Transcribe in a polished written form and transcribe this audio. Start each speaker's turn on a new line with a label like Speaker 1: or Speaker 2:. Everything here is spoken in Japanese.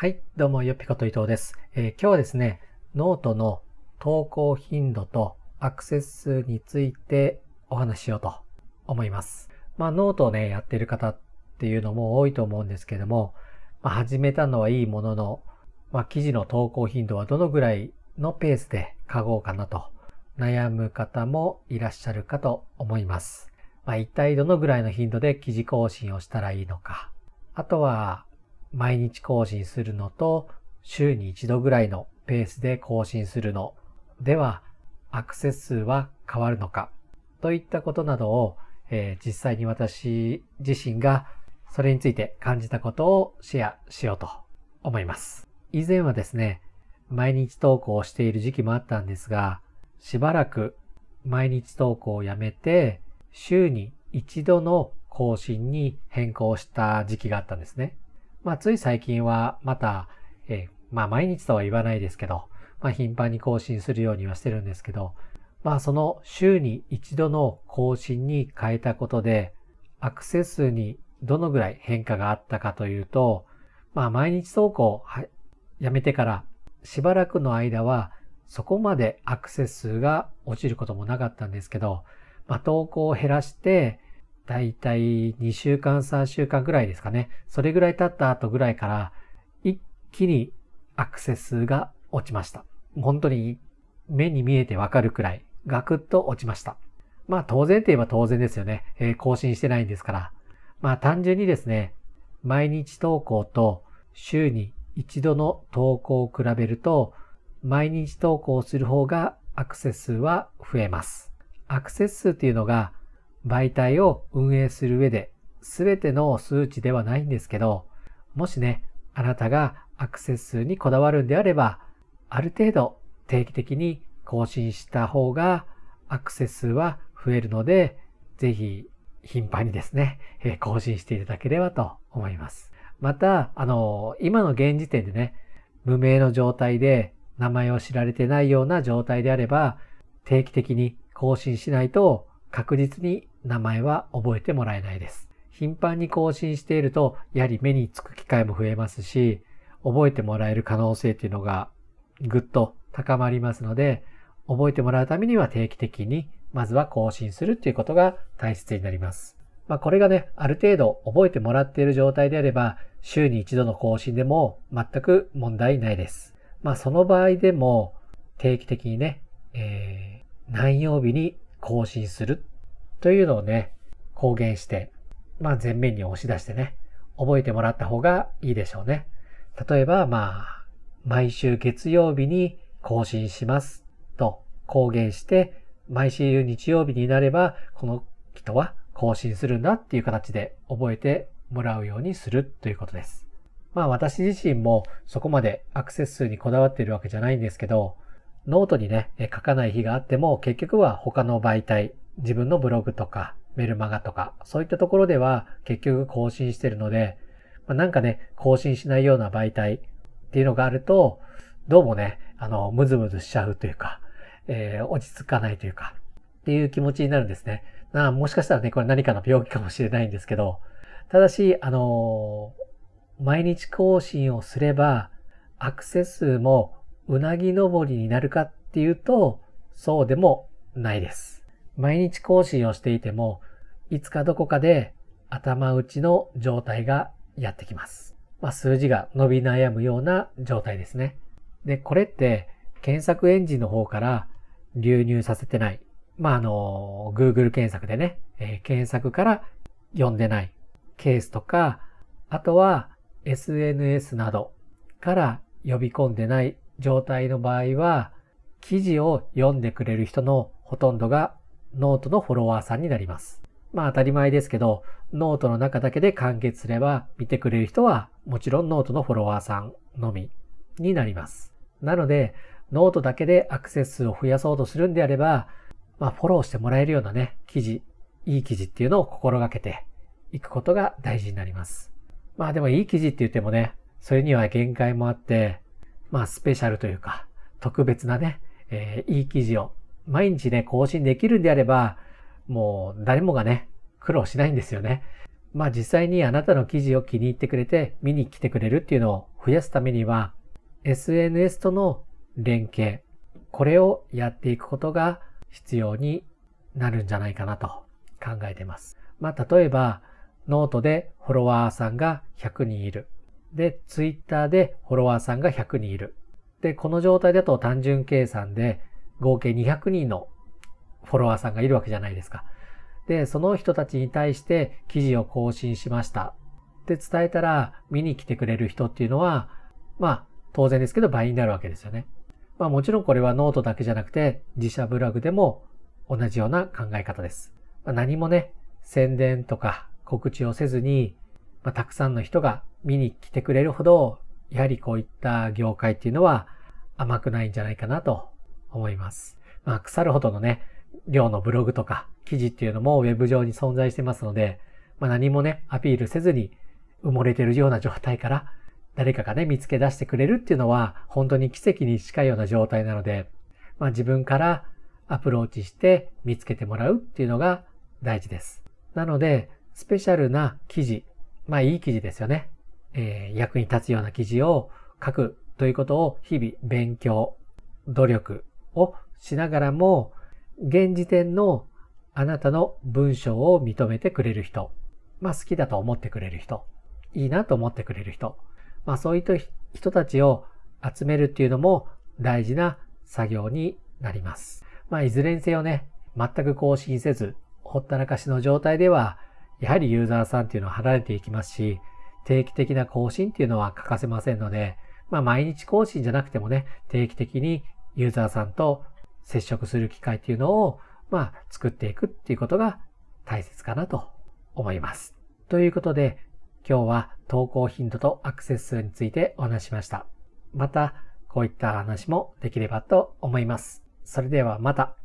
Speaker 1: はい、どうも、よっぴこと伊藤です。今日はですね、ノートの投稿頻度とアクセス数についてお話ししようと思います。ノートをね、やっている方っていうのも多いと思うんですけども、始めたのはいいものの、記事の投稿頻度はどのぐらいのペースで書こうかなと悩む方もいらっしゃるかと思います。一体どのぐらいの頻度で記事更新をしたらいいのか、あとは、毎日更新するのと週に一度ぐらいのペースで更新するのではアクセス数は変わるのかといったことなどを、実際に私自身がそれについて感じたことをシェアしようと思います。以前はですね、毎日投稿をしている時期もあったんですが、しばらく毎日投稿をやめて週に一度の更新に変更した時期があったんですね。つい最近はまた、毎日とは言わないですけど、頻繁に更新するようにはしてるんですけど、その週に一度の更新に変えたことで、アクセス数にどのぐらい変化があったかというと、毎日投稿をやめてからしばらくの間はそこまでアクセス数が落ちることもなかったんですけど、投稿を減らして、だいたい2週間3週間ぐらいですかね。それぐらい経った後ぐらいから一気にアクセス数が落ちました。本当に目に見えてわかるくらいガクッと落ちました。当然といえば当然ですよね。更新してないんですから。単純にですね、毎日投稿と週に一度の投稿を比べると毎日投稿する方がアクセス数は増えます。アクセス数っていうのが媒体を運営する上で全ての数値ではないんですけど、もしね、あなたがアクセス数にこだわるんであれば、ある程度定期的に更新した方がアクセス数は増えるので、ぜひ頻繁にですね、更新していただければと思います。また、今の現時点でね、無名の状態で名前を知られてないような状態であれば、定期的に更新しないと確実に名前は覚えてもらえないです。頻繁に更新していると、やはり目につく機会も増えますし、覚えてもらえる可能性っていうのがぐっと高まりますので、覚えてもらうためには定期的にまずは更新するっていうことが大切になります。これがね、ある程度覚えてもらっている状態であれば、週に一度の更新でも全く問題ないです。その場合でも定期的にね、何曜日に更新するというのをね、公言して、前面に押し出してね、覚えてもらった方がいいでしょうね。例えば、毎週月曜日に更新しますと公言して、毎週日曜日になれば、この人は更新するんだっていう形で覚えてもらうようにするということです。私自身もそこまでアクセス数にこだわっているわけじゃないんですけど、ノートにね、書かない日があっても結局は他の媒体、自分のブログとかメルマガとかそういったところでは結局更新してるので、更新しないような媒体っていうのがあると、どうもね、ムズムズしちゃうというか、落ち着かないというか、っていう気持ちになるんですね。もしかしたらね、これ何かの病気かもしれないんですけど、ただし、毎日更新をすれば、アクセス数もうなぎ登りになるかっていうと、そうでもないです。毎日更新をしていても、いつかどこかで頭打ちの状態がやってきます。数字が伸び悩むような状態ですね。で、これって検索エンジンの方から流入させてない。Google 検索でね、検索から読んでないケースとか、あとは SNS などから呼び込んでない状態の場合は、記事を読んでくれる人のほとんどがノートのフォロワーさんになります。当たり前ですけど、ノートの中だけで完結すれば見てくれる人はもちろんノートのフォロワーさんのみになります。なので、ノートだけでアクセス数を増やそうとするんであれば、フォローしてもらえるようなね、記事、いい記事っていうのを心がけていくことが大事になります。でもいい記事って言ってもね、それには限界もあって、スペシャルというか、特別なね、いい記事を毎日ね、更新できるんであれば、もう誰もがね、苦労しないんですよね。実際にあなたの記事を気に入ってくれて見に来てくれるっていうのを増やすためには、SNS との連携、これをやっていくことが必要になるんじゃないかなと考えています。例えば、ノートでフォロワーさんが100人いる。で、Twitter でフォロワーさんが100人いる。で、この状態だと単純計算で合計200人のフォロワーさんがいるわけじゃないですか。で、その人たちに対して記事を更新しましたって伝えたら見に来てくれる人っていうのは、当然ですけど倍になるわけですよね。もちろんこれはノートだけじゃなくて自社ブログでも同じような考え方です。何もね、宣伝とか告知をせずに、たくさんの人が見に来てくれるほど、やはりこういった業界っていうのは甘くないんじゃないかなと思います。腐るほどのね、量のブログとか記事っていうのもウェブ上に存在してますので、何もね、アピールせずに埋もれてるような状態から誰かがね、見つけ出してくれるっていうのは本当に奇跡に近いような状態なので、自分からアプローチして見つけてもらうっていうのが大事です。なので、スペシャルな記事、いい記事ですよね。役に立つような記事を書くということを日々勉強、努力をしながらも、現時点のあなたの文章を認めてくれる人、好きだと思ってくれる人、いいなと思ってくれる人、そういった人たちを集めるっていうのも大事な作業になります。いずれにせよね、全く更新せず、ほったらかしの状態では、やはりユーザーさんっていうのは離れていきますし、定期的な更新っていうのは欠かせませんので、毎日更新じゃなくてもね、定期的にユーザーさんと接触する機会っていうのを、作っていくっていうことが大切かなと思います。ということで、今日は投稿頻度とアクセス数についてお話ししました。また、こういった話もできればと思います。それではまた。